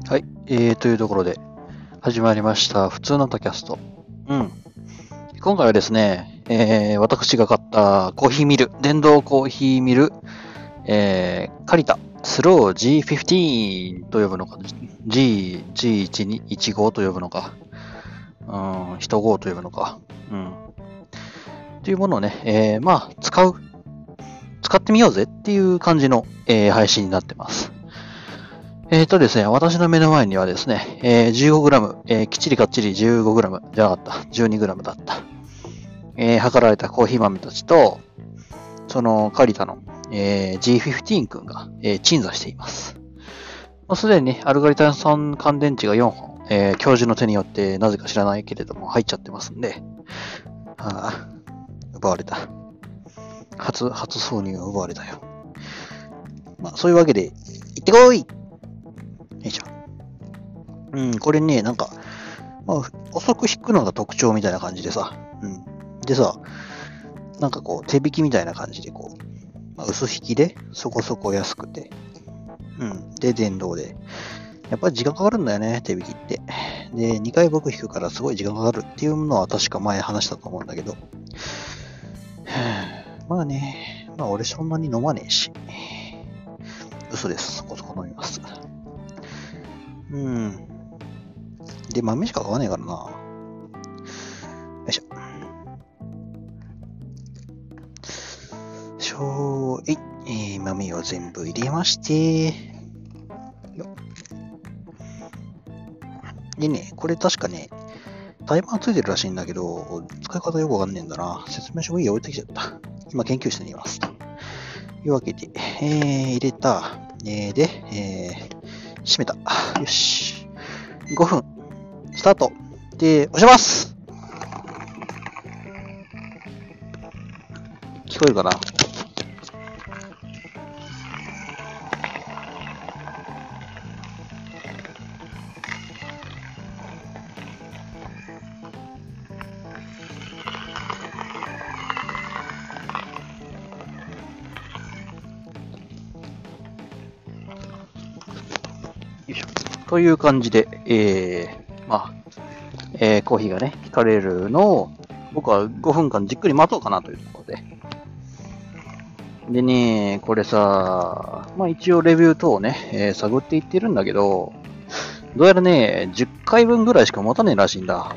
はい、というところで始まりました普通のタキャスト。今回はですね、私が買ったコーヒーミル、電動コーヒーミル、カリタスロー G15 と呼ぶのか、G15 と呼ぶのか、15と呼ぶのか、というものをね、使ってみようぜっていう感じの、配信になってます。ですね、私の目の前にはですね、15g、きっちりかっちり 15g じゃなかった、12g だった。測られたコーヒー豆たちと、そのカリタの、G15 君が、鎮座しています。もうすでにね、アルカリ炭酸乾電池が4本、教授の手によってなぜか知らないけれども入っちゃってますんで、奪われた。初挿入が奪われたよ。そういうわけで、行ってこい！よいしょ。これね、なんか、遅く引くのが特徴みたいな感じでさ、でさ、なんかこう、手引きみたいな感じでこう、薄引きで、そこそこ安くて、で、電動で。やっぱり時間かかるんだよね、手引きって。で、2回僕引くからすごい時間かかるっていうのは確か前話したと思うんだけど、俺そんなに飲まねえし。嘘です。そこそこ飲みます。で、豆しか買わねえからな。よいしょ。豆を全部入れまして。でね、これ確かね、タイマーついてるらしいんだけど、使い方よくわかんねえんだな。説明書が置いてきちゃった。今研究室にいます。というわけで、入れた。閉めた。よし。5分。スタート。で、押します。聞こえるかな？という感じで、コーヒーがね、引かれるのを、僕は5分間じっくり待とうかなというところで。でね、これさ、一応レビュー等をね、探っていってるんだけど、どうやらね、10回分ぐらいしか持たねえらしいんだ。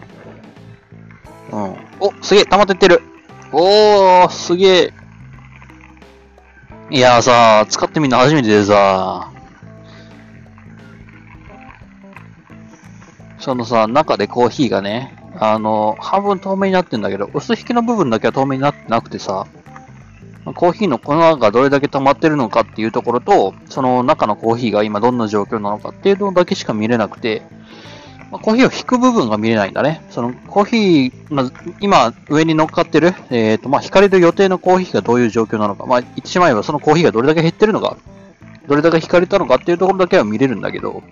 お、すげえ、溜まってってる。おー、すげえ。いやーさ、使ってみるの初めてでさ、そのさ、中でコーヒーがね、半分透明になってんだけど、薄引きの部分だけは透明になってなくてさ、コーヒーの粉がどれだけ溜まってるのかっていうところと、その中のコーヒーが今どんな状況なのかっていうのだけしか見れなくて、コーヒーを引く部分が見れないんだね。そのコーヒー、今上に乗っかってる、引かれる予定のコーヒーがどういう状況なのか、言ってしまえばそのコーヒーがどれだけ減ってるのか、どれだけ引かれたのかっていうところだけは見れるんだけど、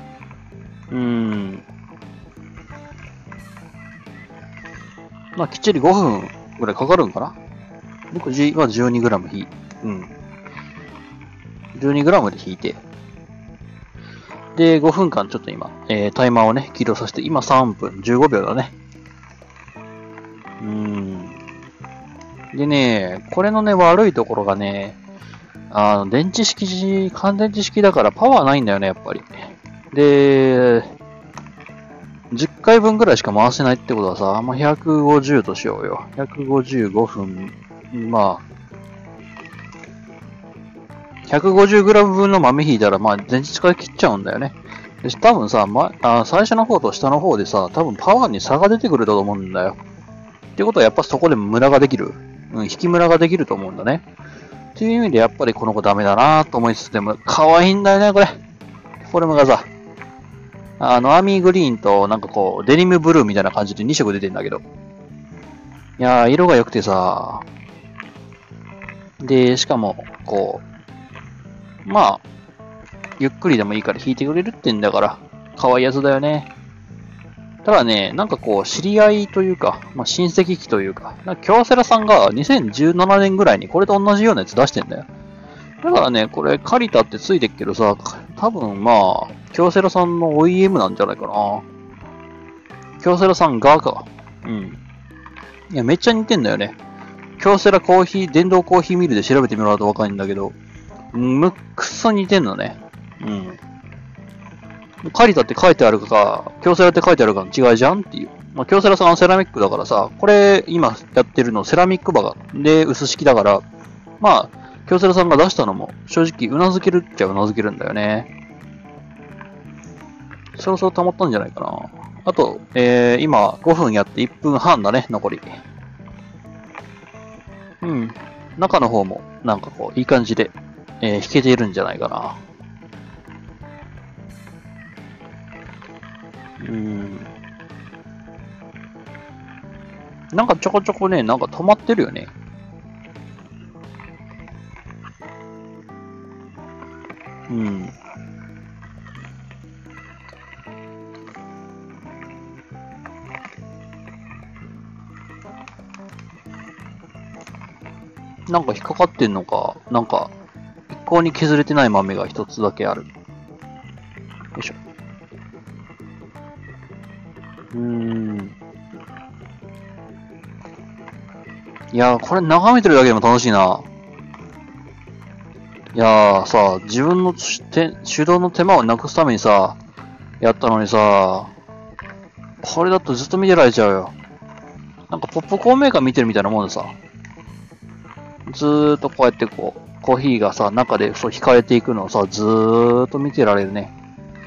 きっちり5分ぐらいかかるんかな。僕は 12g 引い、12g で引いて、で、5分間ちょっと今、タイマーをね、起動させて、今3分15秒だね。でね、これのね、悪いところがね、乾電池式だからパワーないんだよね、やっぱり。で、10回分ぐらいしか回せないってことはさ、150としようよ。155分、150g 分の豆引いたら、電池使い切っちゃうんだよね。で多分さ、最初の方と下の方でさ、多分パワーに差が出てくると思うんだよ。ってことはやっぱそこでムラができる。引きムラができると思うんだね。っていう意味でやっぱりこの子ダメだなと思いつつ、でも可愛いんだよね、これ。フォルムがさ。アーミーグリーンとなんかこう、デニムブルーみたいな感じで2色出てんだけど。いやー、色が良くてさ。で、しかも、こう、ゆっくりでもいいから弾いてくれるってんだから、可愛いやつだよね。ただね、なんかこう、知り合いというか、親戚機というか、京セラさんが2017年ぐらいにこれと同じようなやつ出してんだよ。だからね、これ、カリタってついてっけどさ、 多分まあ、京セラさんの OEM なんじゃないかな。京セラさん側か。うん。いや、めっちゃ似てんだよね。京セラコーヒー、電動コーヒーミルで調べてみろとわかんないんだけど、くっそ似てんのね。うん。カリタって書いてあるか、京セラって書いてあるかの違いじゃんっていう。まあ、京セラさんはセラミックだからさ、これ今やってるのセラミックバカで薄式だから、まあ、京セラさんが出したのも正直うなずけるっちゃうなずけるんだよね。そろそろ溜まったんじゃないかな。あと、今5分やって1分半だね、残り。うん。中の方もなんかこう、いい感じで、弾けているんじゃないかな。なんかちょこちょこね、なんか止まってるよね。うん。なんか引っかかってんのか、なんか、一向に削れてない豆が一つだけある。よいしょ。いやー、これ眺めてるだけでも楽しいな。いやーさ、自分の手動の手間をなくすためにさ、やったのにさ、これだとずっと見てられちゃうよ。なんかポップコーンメーカー見てるみたいなもんでさ、ずーっとこうやってこう、コーヒーがさ、中でそう引かれていくのをさ、ずーっと見てられるね。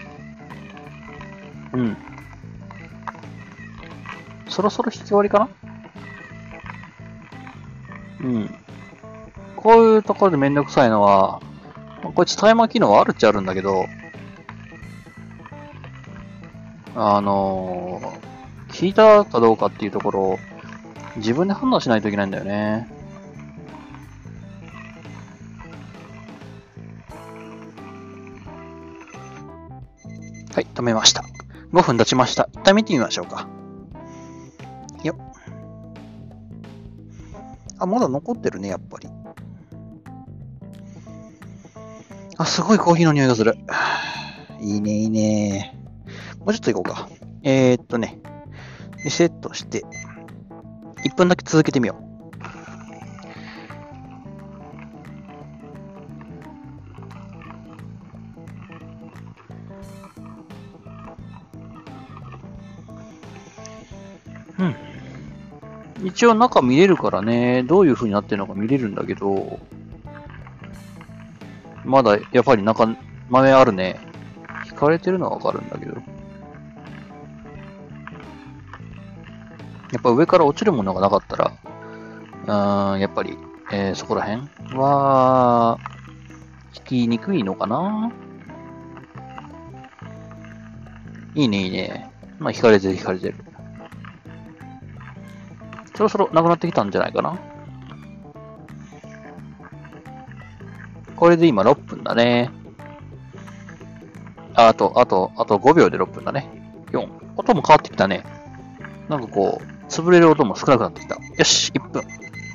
うん。そろそろ引き終わりかな？うん。こういうところでめんどくさいのは、こいつタイマー機能はあるっちゃあるんだけど、聞いたかどうかっていうところを自分で判断しないといけないんだよね。はい、止めました。5分経ちました。一旦見てみましょうか。よっ。あ、まだ残ってるね、やっぱり。あ、すごいコーヒーの匂いがする。いいね、いいね。もうちょっと行こうか。リセットして、1分だけ続けてみよう。うん。一応中見れるからね、どういう風になってるのか見れるんだけど、まだやっぱり中、豆あるね。引かれてるのはわかるんだけど。やっぱ上から落ちるものがなかったら、やっぱり、そこら辺は、引きにくいのかな。いいね、いいね。まあ、引かれてる、引かれてる。そろそろなくなってきたんじゃないかな。これで今6分だね。あと5秒で6分だね。4。音も変わってきたね。なんかこう、潰れる音も少なくなってきた。よし、1分。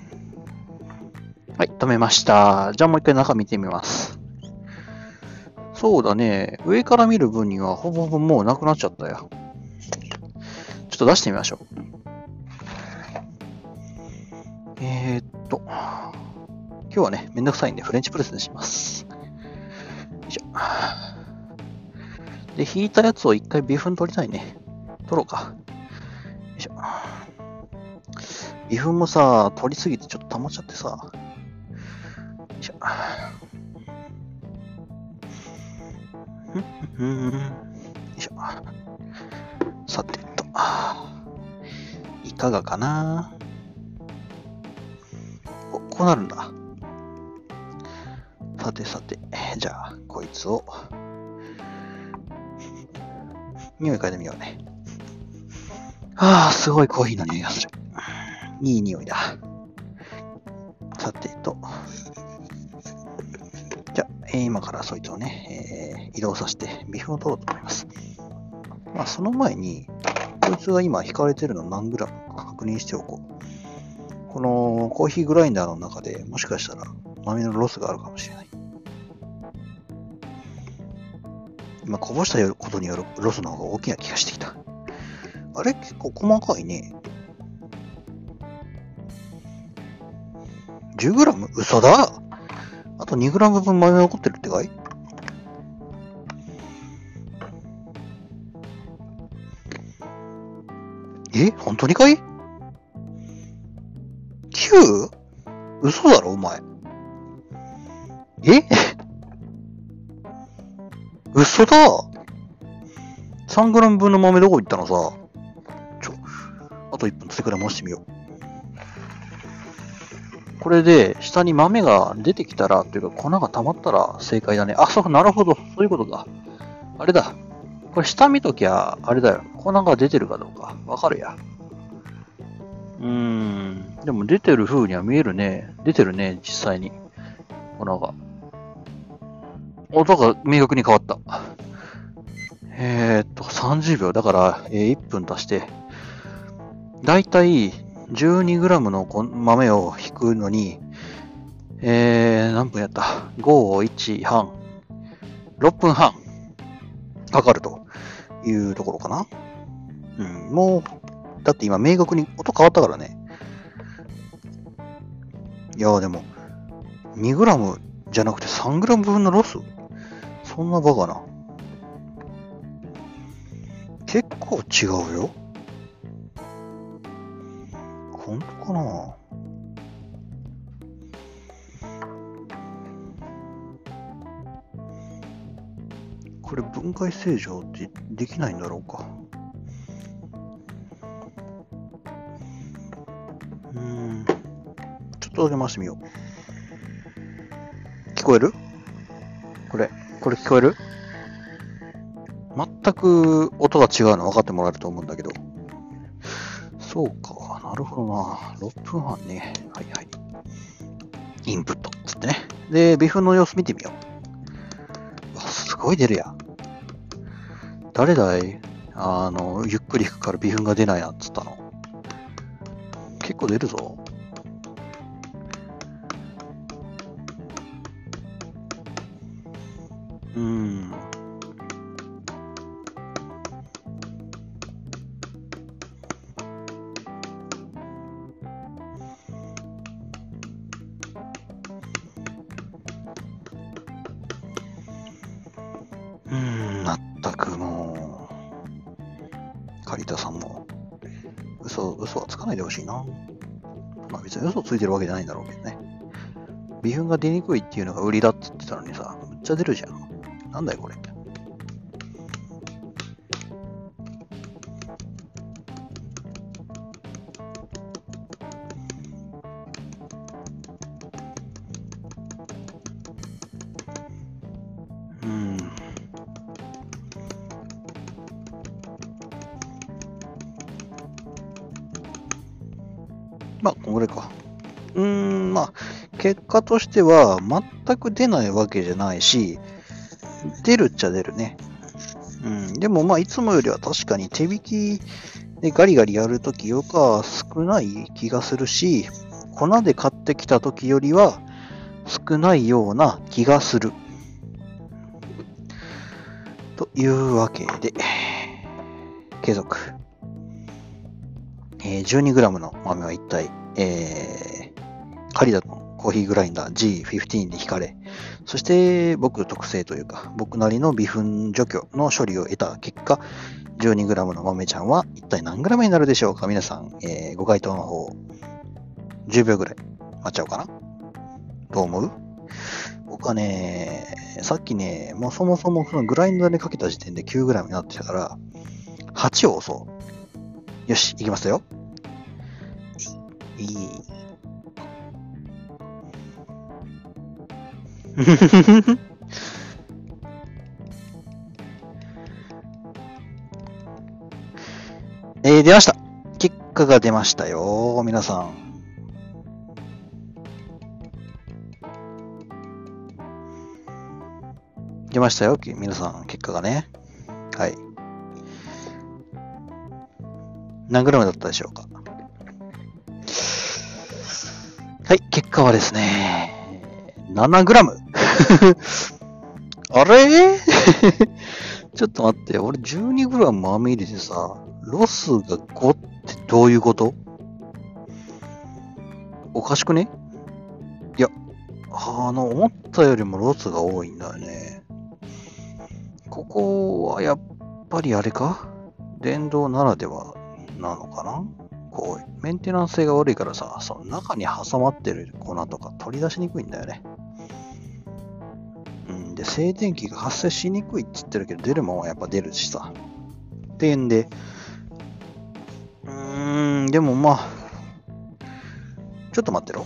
はい、止めました。じゃあもう一回中見てみます。そうだね。上から見る分にはほぼほぼもうなくなっちゃったよ。ちょっと出してみましょう。今日はね、めんどくさいんでフレンチプレスにします。よいしょ。で、引いたやつを一回微粉取りたいね。取ろうか。よいしょ。微粉もさ、取りすぎてちょっと溜まっちゃってさ。よいしょ。よいしょ。さてと。いかがかな？こうなるんだ。さてさて、じゃあ、こいつを、匂い嗅いでみようね。すごいコーヒーの匂いがする。いい匂いだ。さてと、じゃあ、今からそいつをね、移動させて、微粉を取ろうと思います。まあ、その前に、こいつが今引かれてるの何グラムか確認しておこう。このコーヒーグラインダーの中でもしかしたら豆のロスがあるかもしれない。 今こぼしたことによるロスの方が大きな気がしてきた。あれ結構細かいね。10g？ 嘘だ。あと 2g 分豆残ってるってかい？本当にかい？ 9？ 嘘だろお前。嘘だ。3g 分の豆どこ行ったのさ。あと1分それくらい回してみよう。これで、下に豆が出てきたら、というか粉が溜まったら正解だね。あ、そう、なるほど。そういうことか。あれだ。これ下見ときゃ、あれだよ。粉が出てるかどうか。わかるや。でも出てる風には見えるね。出てるね、実際に。粉が。音が明確に変わった。30秒。だから、1分足して。だいたい 12g の豆を引くのに、何分やった ?5、1半。6分半かかるというところかな。もう、だって今明確に音変わったからね。いやでも、2g じゃなくて 3g 分のロス？そんなバカな。結構違うよ。本当かな？これ分解正常ってできないんだろうか。ちょっとだけ回してみよう。聞こえる？これ聞こえる？全く音が違うの分かってもらえると思うんだけど。そうか、なるほどな。6分半ね。はいはい。インプットつってね。で、微粉の様子見てみよう。すごい出るやん。誰だい？ゆっくり引くから微粉が出ないなっつったの。結構出るぞ。全くもう、カリタさんも、嘘はつかないでほしいな。まあ別に嘘ついてるわけじゃないんだろうけどね。微粉が出にくいっていうのが売りだって言ってたのにさ、めっちゃ出るじゃん。なんだよこれ。まあ、こんぐらいか。まあ、結果としては全く出ないわけじゃないし、出るっちゃ出るね。でもまあ、いつもよりは確かに手引きでガリガリやるときよりか少ない気がするし、粉で買ってきたときよりは少ないような気がする。というわけで、継続。12g の豆は一体、カリダのコーヒーグラインダー G15 で引かれ、そして僕特製というか、僕なりの微粉除去の処理を得た結果、12g の豆ちゃんは一体何 g になるでしょうか？皆さん、ご回答の方、10秒ぐらい待っちゃおうかな。どう思う？僕はね、さっきね、もうそもそもそのグラインダーでかけた時点で 9g になってたから、8を押そう。よし、いきますよ。出ました。結果が出ましたよ、皆さん。出ましたよ、皆さん、結果がね。はい。何グラムだったでしょうか？はい、結果はですね、7グラム。 あれちょっと待って、俺 12g 豆入れてさ、ロスが5ってどういうこと？おかしくね？いや、思ったよりもロスが多いんだよね。ここはやっぱりあれか？電動ならではなのかな？こう、メンテナンス性が悪いからさ、その中に挟まってる粉とか取り出しにくいんだよね。で、静電気が発生しにくいって言ってるけど、出るもんはやっぱ出るしさ。っていうんで、でもまあ、ちょっと待ってろ。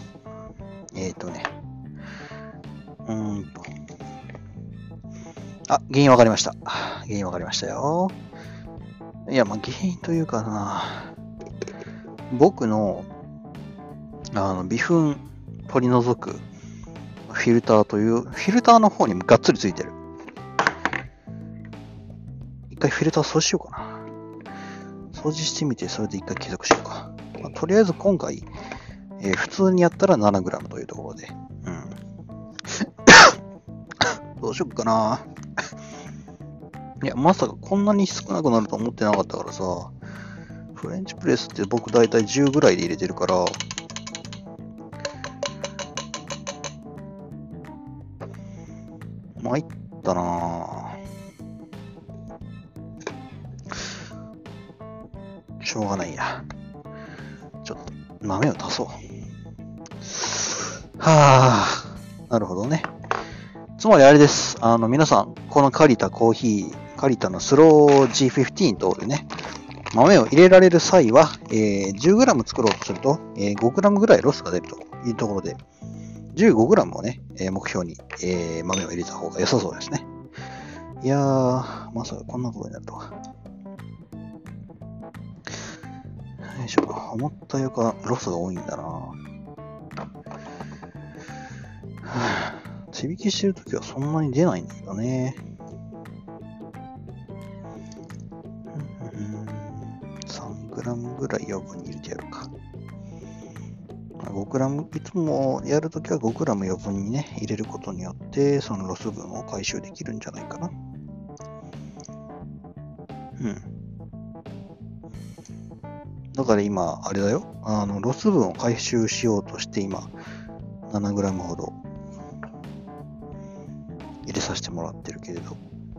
原因わかりました。原因わかりましたよ。いや、まあ原因というかな、僕の、微粉取り除くフィルターという、フィルターの方にがっつりついてる。一回フィルター掃除しようかな。掃除してみて、それで一回継続しようか。とりあえず今回、普通にやったら 7g というところで。どうしよっかな。いや、まさかこんなに少なくなると思ってなかったからさ、フレンチプレスって僕だいたい10ぐらいで入れてるから、参ったなぁ。しょうがないや。ちょっと豆を足そう。はぁ、なるほどね。つまりあれです。皆さん、この借りたコーヒー、借りたのスロー G15 とでね、豆を入れられる際は、10g 作ろうとすると、5g ぐらいロスが出るというところで、15g をね、目標に、豆を入れた方が良さそうですね。いやー、まさかこんなことになるとは。よいしょ、思ったよかロスが多いんだな。手引きしてるときはそんなに出ないんだけどね。3g ぐらい余分に入れてやるか。5g、いつもやるときは 5g 余分にね、入れることによって、そのロス分を回収できるんじゃないかな。だから今、あれだよ。ロス分を回収しようとして今、7g ほど入れさせてもらってるけれど。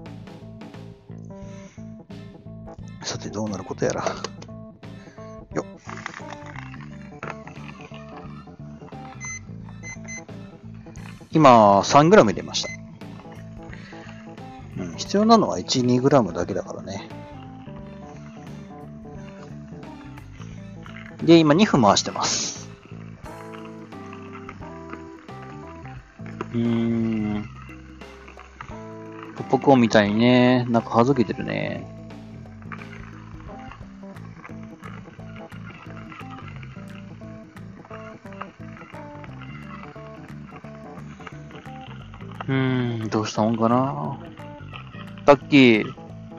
さて、どうなることやら。よっ。今、3g 入れました。必要なのは1、2g だけだからね。で、今2分回してます。ポップコーンみたいにね、なんかはずけてるね。どうしたもんかな。タッキー、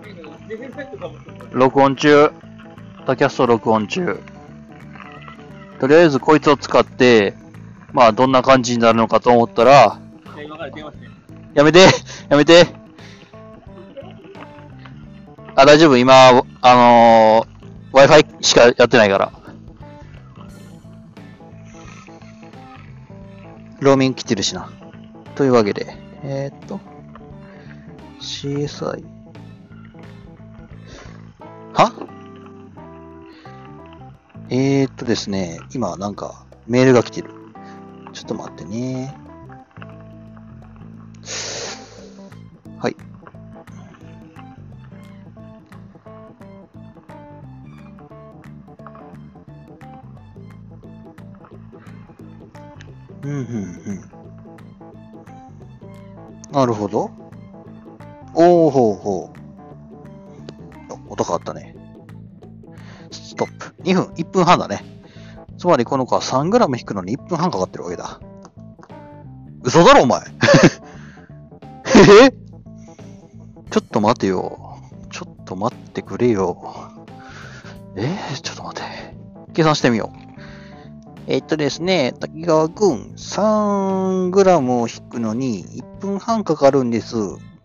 録音中。タキャスト録音中。とりあえずこいつを使って、まあどんな感じになるのかと思ったら、やめてやめて大丈夫今、Wi-Fi しかやってないから。ローミング来てるしな。というわけで、CSI。は？ですね、今なんかメールが来てる。ちょっと待ってね。はい。なるほど。おーほうほう。音変わったね。ストップ。2分、1分半だね。つまりこの子は 3g 引くのに1分半かかってるわけだ。嘘だろお前ちょっと待てよ。ちょっと待ってくれよ。ちょっと待て。計算してみよう。ですね、滝川くん、3g を引くのに1分半かかるんです。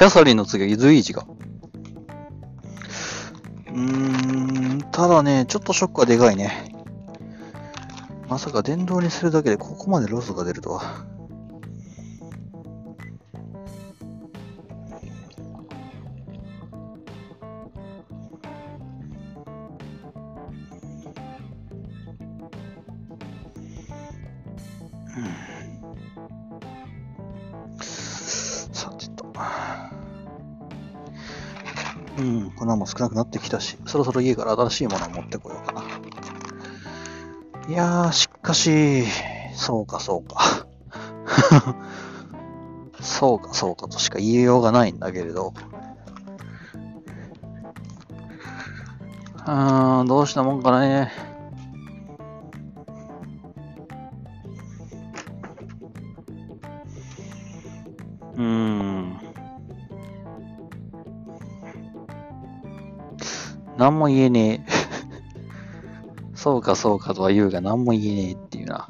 キャサリンの次はイズイージが。ただね、ちょっとショックはでかいね。まさか電動にするだけでここまでロスが出るとは。さてと。粉も少なくなってきたし、そろそろ家から新しいものを持ってこようかな。いやー、しかし、そうか。そうかとしか言いようがないんだけれど。どうしたもんかね。なんも言えねえ。そうかとは言うがなんも言えねえっていうな。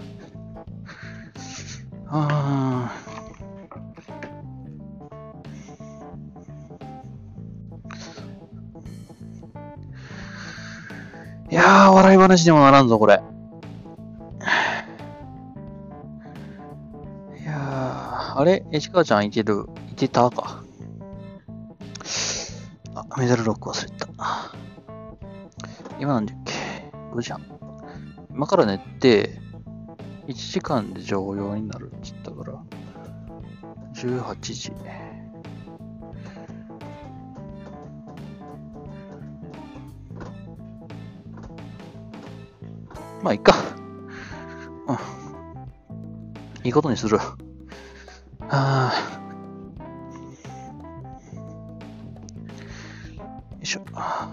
いやー、笑い話にもならんぞ、これ。いやー、あれ市川ちゃんいてたか。メダルロック忘れた。今なんだっけ ?5 時半。今から寝て、1時間で常用になるって言ったから、18時。まあ、いっか。いいことにする。よいしょ。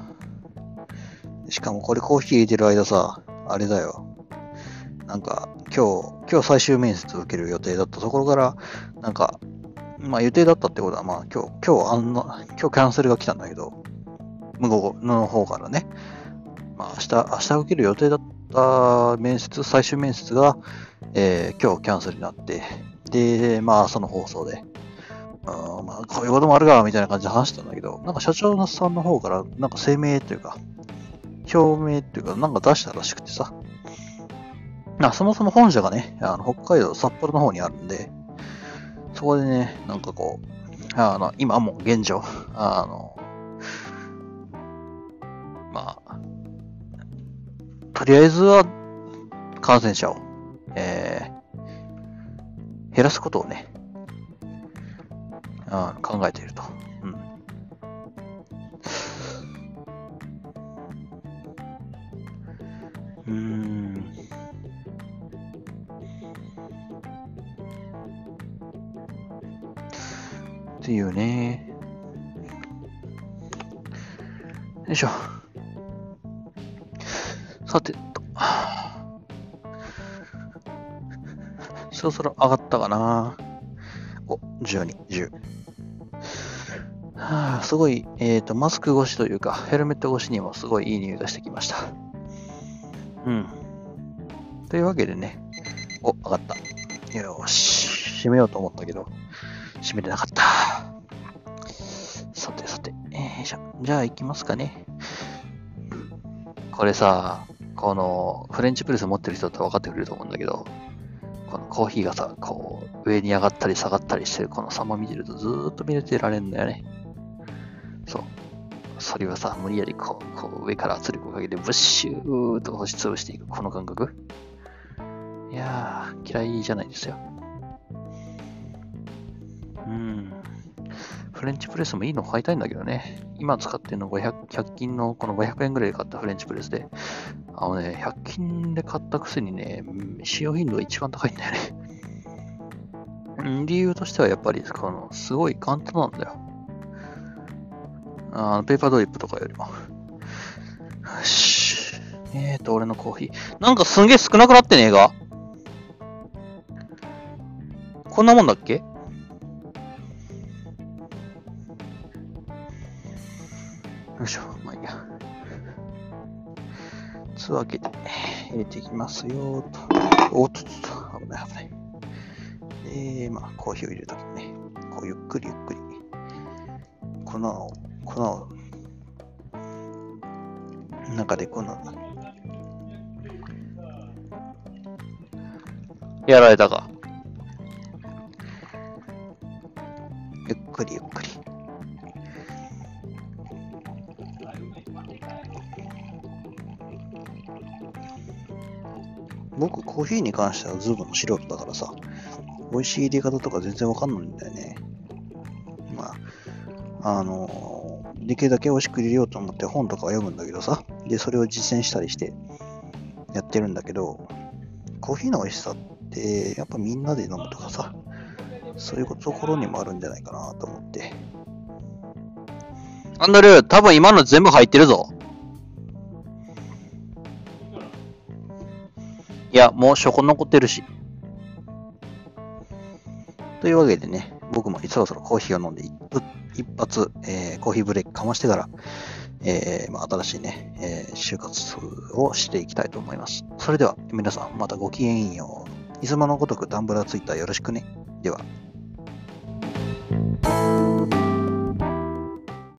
しかもこれコーヒー入れてる間さ、あれだよ。なんか、今日最終面接受ける予定だったところから、なんか、まあ予定だったってことは、まあ今日キャンセルが来たんだけど、向こうの方からね、まあ明日受ける予定だった最終面接が、今日キャンセルになって、で、まあその放送で、まあこういうこともあるか、みたいな感じで話したんだけど、なんか社長さんの方から、なんか声明というか、表明というか、なんか出したらしくてさ、そもそも本社がね、北海道札幌の方にあるんで、そこでね、なんかこう、今も現状、まあ、とりあえずは感染者を、減らすことをね、考えていると。っていうね。よいしょ。さてと。そろそろ上がったかな。12、10。すごい、マスク越しというか、ヘルメット越しにもすごいいい匂いがしてきました。というわけでね。上がった。よーし。閉めようと思ったけど、閉めれなかった。さて、じゃあ行きますかね。これさ、このフレンチプレス持ってる人って分かってくれると思うんだけど、このコーヒーがさ、こう、上に上がったり下がったりしてるこの様見てるとずーっと見れてられるんだよね。そう。それはさ、無理やりこう上から圧力をかけてブッシューと押し潰していくこの感覚。いやー、嫌いじゃないですよ。フレンチプレスもいいの買いたいんだけどね。今使ってるの100均のこの500円ぐらいで買ったフレンチプレスで、100均で買ったくせにね、使用頻度が一番高いんだよね。理由としてはやっぱり、すごい簡単なんだよ。ペーパードリップとかよりも。よし。俺のコーヒー。なんかすんげえ少なくなってねえが？こんなもんだっけ？よいしょ。まあいいや。つうわけで、入れていきますよと。危ない。まあ、コーヒーを入れるときにね、こうゆっくり。 粉を、中でやられたか。ゆっくりゆっくり。僕、コーヒーに関してはズームの素人だからさ、美味しい入れ方とか全然わかんないんだよね。まあ、できるだけ美味しく入れようと思って本とかは読むんだけどさ、で、それを実践したりしてやってるんだけど、コーヒーの美味しさって、やっぱみんなで飲むとかさ、そういうところにもあるんじゃないかなと思って。アンドルー、多分今の全部入ってるぞ。いや、もう証拠残ってるし。というわけでね、僕もそろそろコーヒーを飲んで一発、コーヒーブレイクかましてから、新しいね、就活をしていきたいと思います。それでは皆さんまたごきげんよう。いつものごとくタンブラーツイッターよろしくね。では。